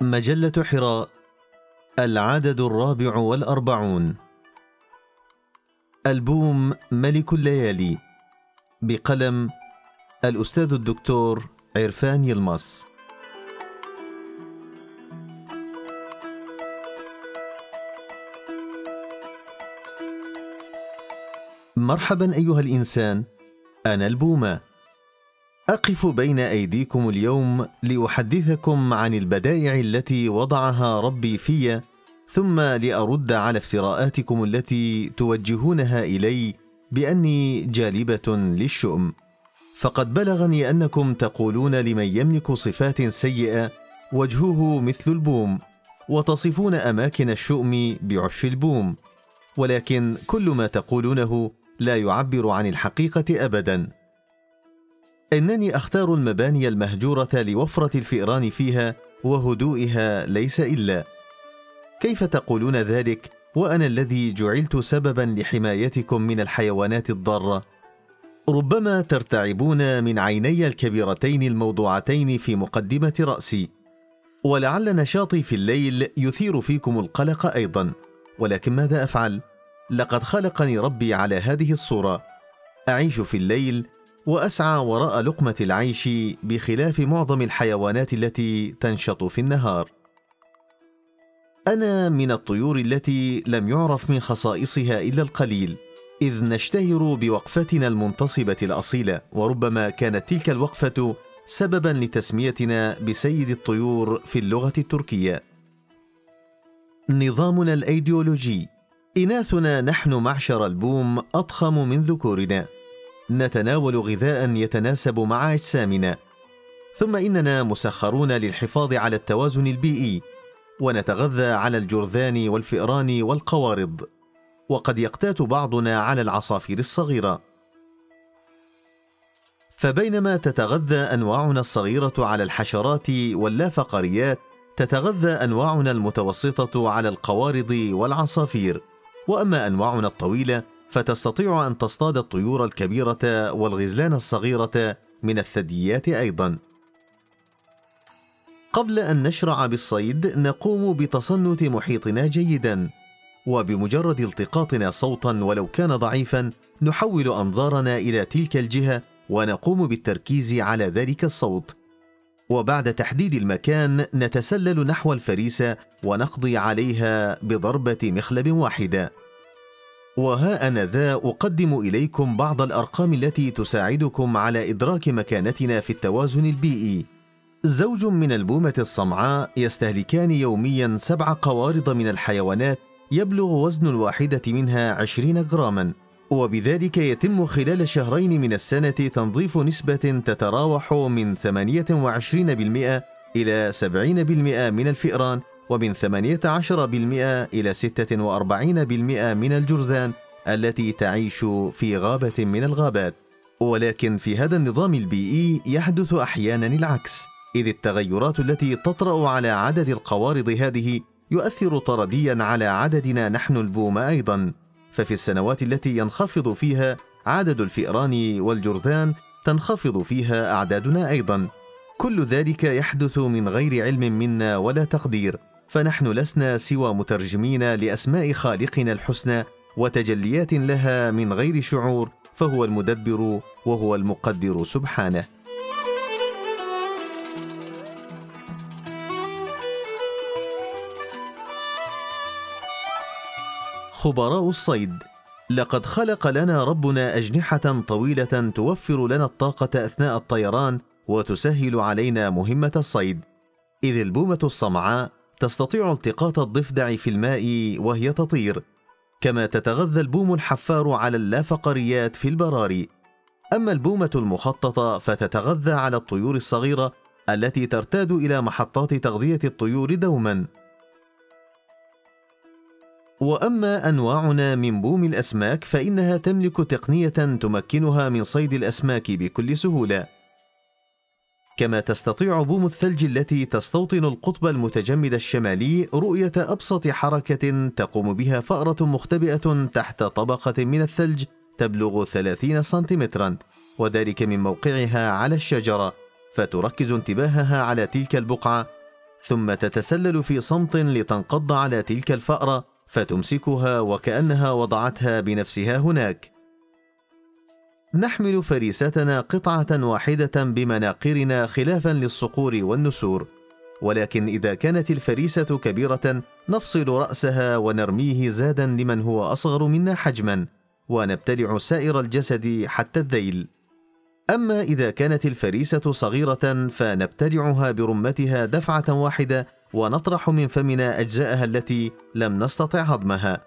مجلة حراء، العدد 44. ألبوم ملك الليالي، بقلم الأستاذ الدكتور عرفان يلمص. مرحبا أيها الإنسان، أنا البومة، أقف بين أيديكم اليوم لأحدثكم عن البدائع التي وضعها ربي في، ثم لأرد على افتراءاتكم التي توجهونها إلي بأني جالبة للشؤم. فقد بلغني أنكم تقولون لمن يملك صفات سيئة وجهه مثل البوم، وتصفون أماكن الشؤم بعش البوم، ولكن كل ما تقولونه لا يعبر عن الحقيقة أبدا. إنني أختار المباني المهجورة لوفرة الفئران فيها وهدوئها، ليس إلا. كيف تقولون ذلك وأنا الذي جعلت سببا لحمايتكم من الحيوانات الضارة؟ ربما ترتعبون من عيني الكبيرتين الموضوعتين في مقدمة رأسي، ولعل نشاطي في الليل يثير فيكم القلق أيضا، ولكن ماذا أفعل؟ لقد خلقني ربي على هذه الصورة، أعيش في الليل وأسعى وراء لقمة العيش، بخلاف معظم الحيوانات التي تنشط في النهار. أنا من الطيور التي لم يعرف من خصائصها إلا القليل، إذ نشتهر بوقفتنا المنتصبة الأصيلة، وربما كانت تلك الوقفة سببا لتسميتنا بسيد الطيور في اللغة التركية. نظامنا الأيديولوجي: إناثنا نحن معشر البوم أضخم من ذكورنا، نتناول غذاء يتناسب مع أجسامنا، ثم إننا مسخرون للحفاظ على التوازن البيئي، ونتغذى على الجرذان والفئران والقوارض، وقد يقتات بعضنا على العصافير الصغيرة. فبينما تتغذى أنواعنا الصغيرة على الحشرات واللافقاريات، تتغذى أنواعنا المتوسطة على القوارض والعصافير، وأما أنواعنا الطويلة فتستطيع أن تصطاد الطيور الكبيرة والغزلان الصغيرة من الثدييات أيضا. قبل أن نشرع بالصيد نقوم بتصنت محيطنا جيدا، وبمجرد التقاطنا صوتا ولو كان ضعيفا نحول أنظارنا إلى تلك الجهة ونقوم بالتركيز على ذلك الصوت، وبعد تحديد المكان نتسلل نحو الفريسة ونقضي عليها بضربة مخلب واحدة. وها أنا ذا أقدم إليكم بعض الأرقام التي تساعدكم على إدراك مكانتنا في التوازن البيئي. زوج من البومة الصمعاء يستهلكان يوميا 7 قوارض من الحيوانات، يبلغ وزن الواحدة منها 20 جراما، وبذلك يتم خلال شهرين من السنة تنظيف نسبة تتراوح من 28% إلى 70% من الفئران، ومن 18% إلى 46% من الجرذان التي تعيش في غابة من الغابات. ولكن في هذا النظام البيئي يحدث أحيانا العكس، إذ التغيرات التي تطرأ على عدد القوارض هذه يؤثر طرديا على عددنا نحن البوم أيضا. ففي السنوات التي ينخفض فيها عدد الفئران والجرذان تنخفض فيها أعدادنا أيضا. كل ذلك يحدث من غير علم منا ولا تقدير، فنحن لسنا سوى مترجمين لأسماء خالقنا الحسنى وتجليات لها من غير شعور، فهو المدبر وهو المقدر سبحانه. خبراء الصيد: لقد خلق لنا ربنا أجنحة طويلة توفر لنا الطاقة أثناء الطيران وتسهل علينا مهمة الصيد، إذ البومة الصمعاء تستطيع التقاط الضفدع في الماء وهي تطير، كما تتغذى البوم الحفار على اللافقاريات في البراري. أما البومة المخططة فتتغذى على الطيور الصغيرة التي ترتاد إلى محطات تغذية الطيور دوما. وأما أنواعنا من بوم الأسماك فإنها تملك تقنية تمكنها من صيد الأسماك بكل سهولة، كما تستطيع بوم الثلج التي تستوطن القطب المتجمد الشمالي رؤية أبسط حركة تقوم بها فأرة مختبئة تحت طبقة من الثلج تبلغ 30 سنتيمترا، وذلك من موقعها على الشجرة، فتركز انتباهها على تلك البقعة ثم تتسلل في صمت لتنقض على تلك الفأرة فتمسكها وكأنها وضعتها بنفسها هناك. نحمل فريستنا قطعة واحدة بمناقيرنا خلافا للصقور والنسور، ولكن إذا كانت الفريسة كبيرة نفصل رأسها ونرميه زادا لمن هو أصغر منا حجما، ونبتلع سائر الجسد حتى الذيل. أما إذا كانت الفريسة صغيرة فنبتلعها برمتها دفعة واحدة ونطرح من فمنا أجزاءها التي لم نستطع هضمها.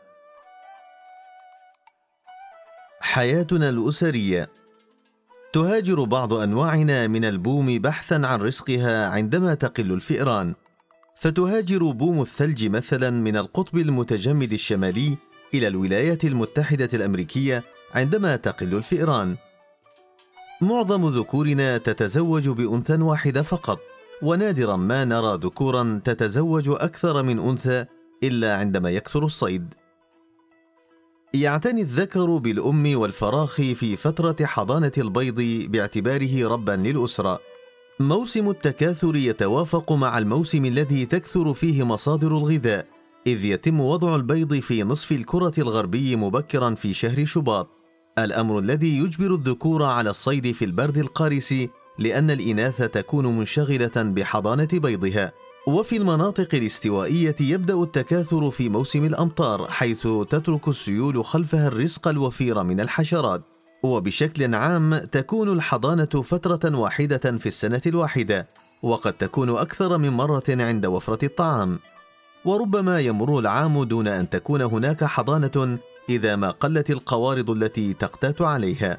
حياتنا الأسرية. تهاجر بعض أنواعنا من البوم بحثا عن رزقها عندما تقل الفئران، فتهاجر بوم الثلج مثلا من القطب المتجمد الشمالي إلى الولايات المتحدة الأمريكية عندما تقل الفئران. معظم ذكورنا تتزوج بأنثى واحدة فقط، ونادرا ما نرى ذكورا تتزوج أكثر من أنثى إلا عندما يكثر الصيد. يعتني الذكر بالأم والفراخ في فترة حضانة البيض باعتباره ربا للأسرة. موسم التكاثر يتوافق مع الموسم الذي تكثر فيه مصادر الغذاء، إذ يتم وضع البيض في نصف الكرة الغربي مبكرا في شهر شباط، الأمر الذي يجبر الذكور على الصيد في البرد القارس لأن الإناث تكون منشغلة بحضانة بيضها. وفي المناطق الاستوائية يبدأ التكاثر في موسم الأمطار، حيث تترك السيول خلفها الرزق الوفير من الحشرات. وبشكل عام تكون الحضانة فترة واحدة في السنة الواحدة، وقد تكون أكثر من مرة عند وفرة الطعام. وربما يمر العام دون أن تكون هناك حضانة إذا ما قلت القوارض التي تقتات عليها.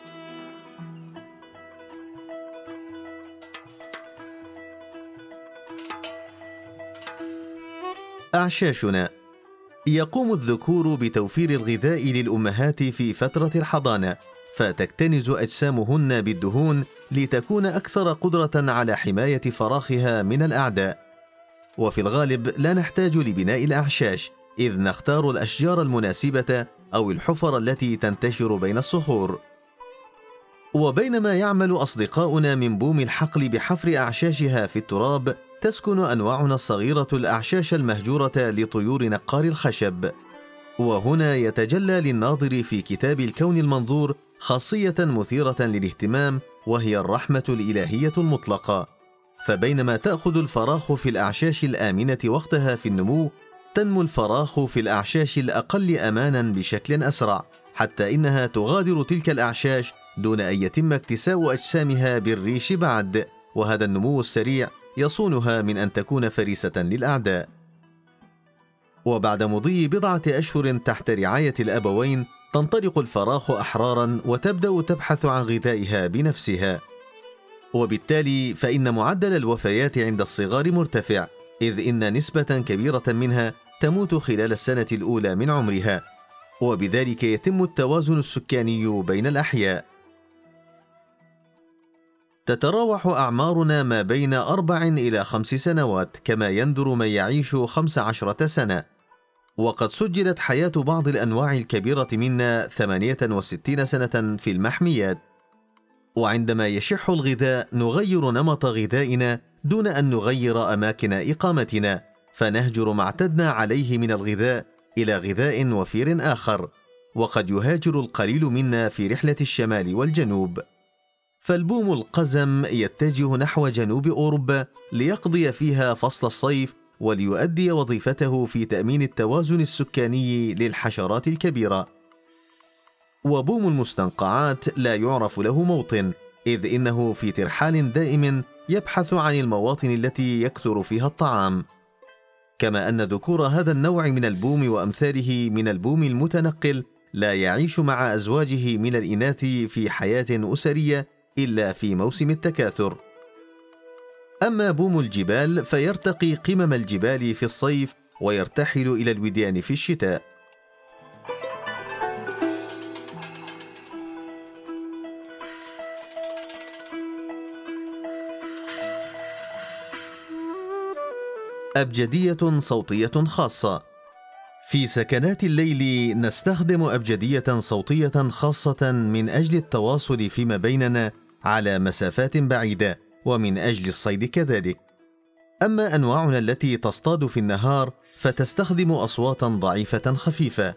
أعشاشنا. يقوم الذكور بتوفير الغذاء للأمهات في فترة الحضانة، فتكتنز أجسامهن بالدهون لتكون أكثر قدرة على حماية فراخها من الأعداء. وفي الغالب لا نحتاج لبناء الأعشاش، إذ نختار الأشجار المناسبة أو الحفر التي تنتشر بين الصخور. وبينما يعمل أصدقاؤنا من بوم الحقل بحفر أعشاشها في التراب، تسكن أنواعنا الصغيرة الأعشاش المهجورة لطيور نقار الخشب. وهنا يتجلى للناظر في كتاب الكون المنظور خاصية مثيرة للاهتمام، وهي الرحمة الإلهية المطلقة. فبينما تأخذ الفراخ في الأعشاش الآمنة وقتها في النمو، تنمو الفراخ في الأعشاش الأقل أمانا بشكل أسرع، حتى إنها تغادر تلك الأعشاش دون أن يتم اكتساء أجسامها بالريش بعد، وهذا النمو السريع يصونها من أن تكون فريسة للأعداء. وبعد مضي بضعة أشهر تحت رعاية الأبوين، تنطلق الفراخ أحرارا وتبدأ تبحث عن غذائها بنفسها. وبالتالي فإن معدل الوفيات عند الصغار مرتفع، إذ إن نسبة كبيرة منها تموت خلال السنة الأولى من عمرها، وبذلك يتم التوازن السكاني بين الأحياء. تتراوح أعمارنا ما بين 4 إلى 5 سنوات، كما يندر من يعيش 15 سنة. وقد سجلت حياة بعض الأنواع الكبيرة منا 68 سنة في المحميات. وعندما يشح الغذاء نغير نمط غذائنا دون أن نغير أماكن إقامتنا، فنهجر ما اعتدنا عليه من الغذاء إلى غذاء وفير آخر. وقد يهاجر القليل منا في رحلة الشمال والجنوب، فالبوم القزم يتجه نحو جنوب أوروبا ليقضي فيها فصل الصيف، وليؤدي وظيفته في تأمين التوازن السكاني للحشرات الكبيرة. وبوم المستنقعات لا يعرف له موطن، إذ إنه في ترحال دائم يبحث عن المواطن التي يكثر فيها الطعام. كما أن ذكور هذا النوع من البوم وأمثاله من البوم المتنقل لا يعيش مع أزواجه من الإناث في حياة أسرية إلا في موسم التكاثر. أما بوم الجبال فيرتقي قمم الجبال في الصيف ويرتحل إلى الوديان في الشتاء. أبجدية صوتية خاصة. في سكنات الليل نستخدم أبجدية صوتية خاصة من أجل التواصل فيما بيننا على مسافات بعيدة، ومن أجل الصيد كذلك. أما أنواعنا التي تصطاد في النهار فتستخدم أصواتا ضعيفة خفيفة.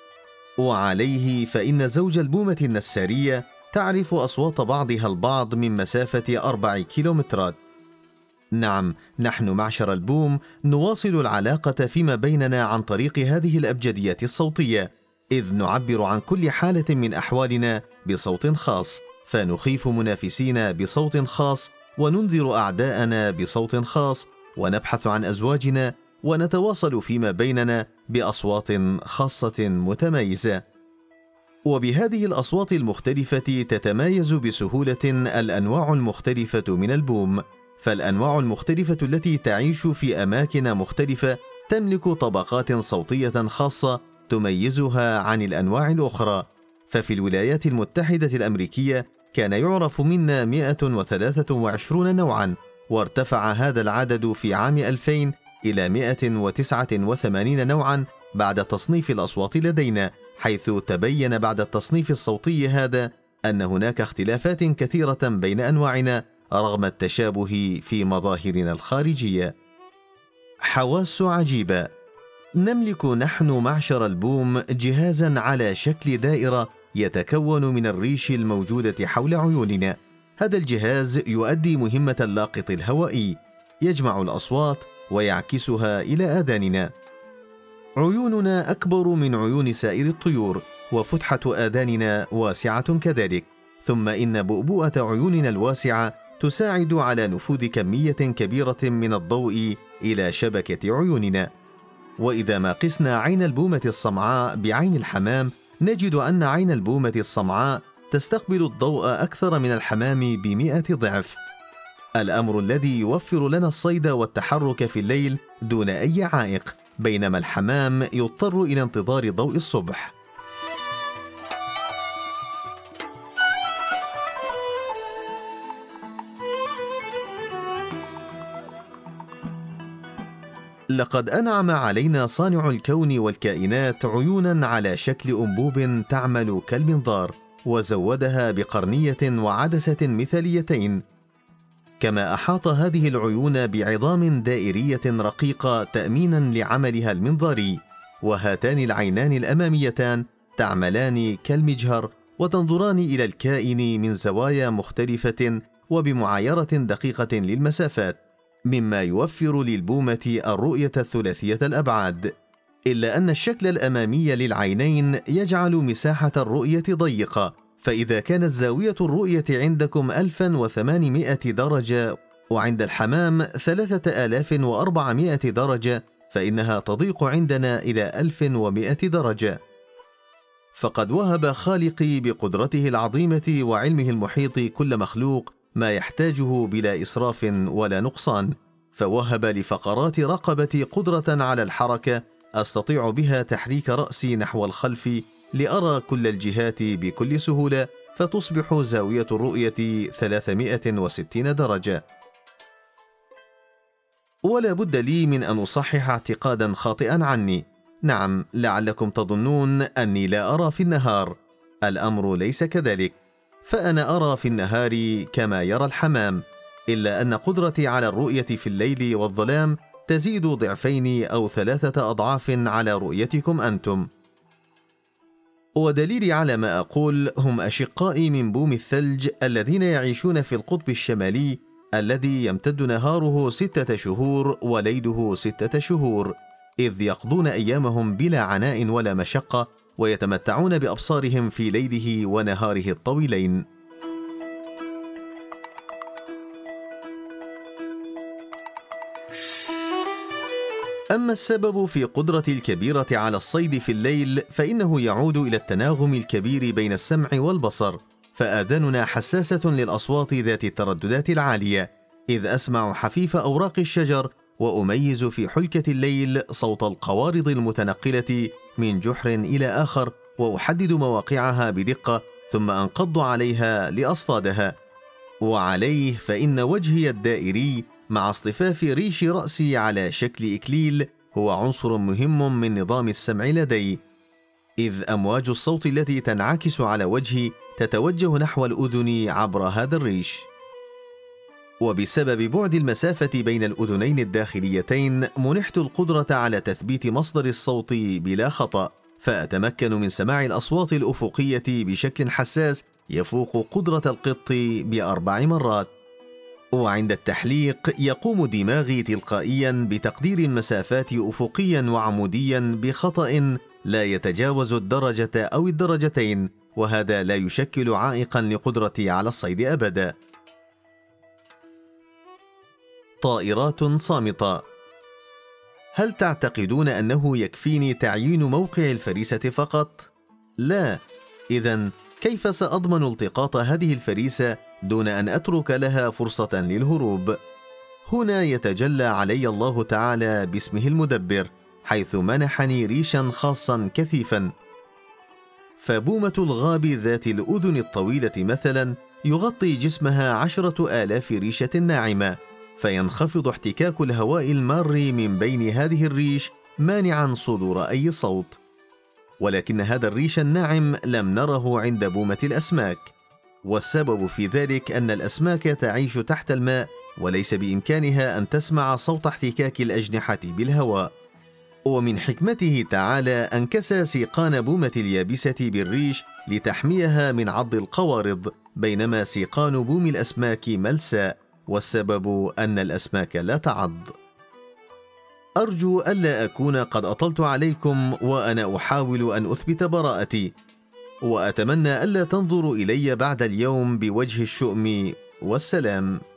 وعليه فإن زوج البومة النسارية تعرف أصوات بعضها البعض من مسافة 4 كيلومترات. نعم، نحن معشر البوم نواصل العلاقة فيما بيننا عن طريق هذه الأبجديات الصوتية، إذ نعبر عن كل حالة من أحوالنا بصوت خاص، فنخيف منافسينا بصوت خاص، وننذر أعداءنا بصوت خاص، ونبحث عن أزواجنا، ونتواصل فيما بيننا بأصوات خاصة متميزة. وبهذه الأصوات المختلفة تتمايز بسهولة الأنواع المختلفة من البوم، فالأنواع المختلفة التي تعيش في أماكن مختلفة تملك طبقات صوتية خاصة تميزها عن الأنواع الأخرى. ففي الولايات المتحدة الأمريكية كان يعرف منا 123 نوعا، وارتفع هذا العدد في عام 2000 إلى 189 نوعا بعد تصنيف الأصوات لدينا، حيث تبين بعد التصنيف الصوتي هذا أن هناك اختلافات كثيرة بين أنواعنا رغم التشابه في مظاهرنا الخارجية. حواس عجيبة. نملك نحن معشر البوم جهازا على شكل دائرة يتكون من الريش الموجودة حول عيوننا. هذا الجهاز يؤدي مهمة اللاقط الهوائي، يجمع الأصوات ويعكسها إلى آذاننا. عيوننا أكبر من عيون سائر الطيور، وفتحة آذاننا واسعة كذلك، ثم إن بؤبؤة عيوننا الواسعة تساعد على نفوذ كمية كبيرة من الضوء إلى شبكة عيوننا. وإذا ما قسنا عين البومة الصمعاء بعين الحمام نجد أن عين البومة الصمعاء تستقبل الضوء أكثر من الحمام ب100 ضعف، الأمر الذي يوفر لنا الصيد والتحرك في الليل دون أي عائق، بينما الحمام يضطر إلى انتظار ضوء الصبح. لقد أنعم علينا صانع الكون والكائنات عيونا على شكل أنبوب تعمل كالمنظار، وزودها بقرنية وعدسة مثاليتين، كما أحاط هذه العيون بعظام دائرية رقيقة تأمينا لعملها المنظاري. وهاتان العينان الأماميتان تعملان كالمجهر وتنظران إلى الكائن من زوايا مختلفة وبمعايرة دقيقة للمسافات، مما يوفر للبومة الرؤية الثلاثية الأبعاد. إلا أن الشكل الأمامي للعينين يجعل مساحة الرؤية ضيقة، فإذا كانت زاوية الرؤية عندكم 1800 درجة وعند الحمام 3400 درجة، فإنها تضيق عندنا إلى 1100 درجة. فقد وهب خالقي بقدرته العظيمة وعلمه المحيط كل مخلوق ما يحتاجه بلا إسراف ولا نقصان، فوهب لفقرات رقبتي قدرة على الحركة أستطيع بها تحريك رأسي نحو الخلف لأرى كل الجهات بكل سهولة، فتصبح زاوية الرؤية 360 درجة. ولا بد لي من أن أصحح اعتقادا خاطئا عني. نعم، لعلكم تظنون أني لا أرى في النهار. الأمر ليس كذلك، فأنا أرى في النهار كما يرى الحمام، إلا أن قدرتي على الرؤية في الليل والظلام تزيد ضعفين أو 3 أضعاف على رؤيتكم أنتم. ودليلي على ما أقول هم أشقائي من بوم الثلج الذين يعيشون في القطب الشمالي الذي يمتد نهاره 6 شهور وليله 6 شهور، إذ يقضون أيامهم بلا عناء ولا مشقة، ويتمتعون بأبصارهم في ليله ونهاره الطويلين. أما السبب في قدرة الكبيرة على الصيد في الليل فإنه يعود إلى التناغم الكبير بين السمع والبصر، فآذاننا حساسة للأصوات ذات الترددات العالية، إذ أسمع حفيف أوراق الشجر وأميز في حلكة الليل صوت القوارض المتنقلة من جحر إلى آخر، وأحدد مواقعها بدقة ثم أنقض عليها لأصطادها. وعليه فإن وجهي الدائري مع اصطفاف ريش رأسي على شكل إكليل هو عنصر مهم من نظام السمع لدي، إذ أمواج الصوت التي تنعكس على وجهي تتوجه نحو الأذن عبر هذا الريش. وبسبب بعد المسافة بين الأذنين الداخليتين منحت القدرة على تثبيت مصدر الصوت بلا خطأ، فأتمكن من سماع الأصوات الأفقية بشكل حساس يفوق قدرة القط ب4 مرات. وعند التحليق يقوم دماغي تلقائيا بتقدير المسافات أفقيا وعموديا بخطأ لا يتجاوز الدرجة أو الدرجتين، وهذا لا يشكل عائقا لقدرتي على الصيد أبدا. طائرات صامتة. هل تعتقدون أنه يكفيني تعيين موقع الفريسة فقط؟ لا. إذن كيف سأضمن التقاط هذه الفريسة دون أن أترك لها فرصة للهروب؟ هنا يتجلى علي الله تعالى باسمه المدبر، حيث منحني ريشا خاصا كثيفا. فبومة الغاب ذات الأذن الطويلة مثلا يغطي جسمها 10,000 ريشة ناعمة، فينخفض احتكاك الهواء المار من بين هذه الريش مانعا صدور أي صوت. ولكن هذا الريش الناعم لم نره عند بومة الأسماك، والسبب في ذلك أن الأسماك تعيش تحت الماء وليس بإمكانها أن تسمع صوت احتكاك الأجنحة بالهواء. ومن حكمته تعالى أن كسى سيقان بومة اليابسة بالريش لتحميها من عض القوارض، بينما سيقان بوم الأسماك ملساء، والسبب أن الأسماك لا تعض. أرجو ألا أكون قد أطلت عليكم وأنا أحاول أن أثبت براءتي، وأتمنى ألا تنظروا إلي بعد اليوم بوجه الشؤم، والسلام.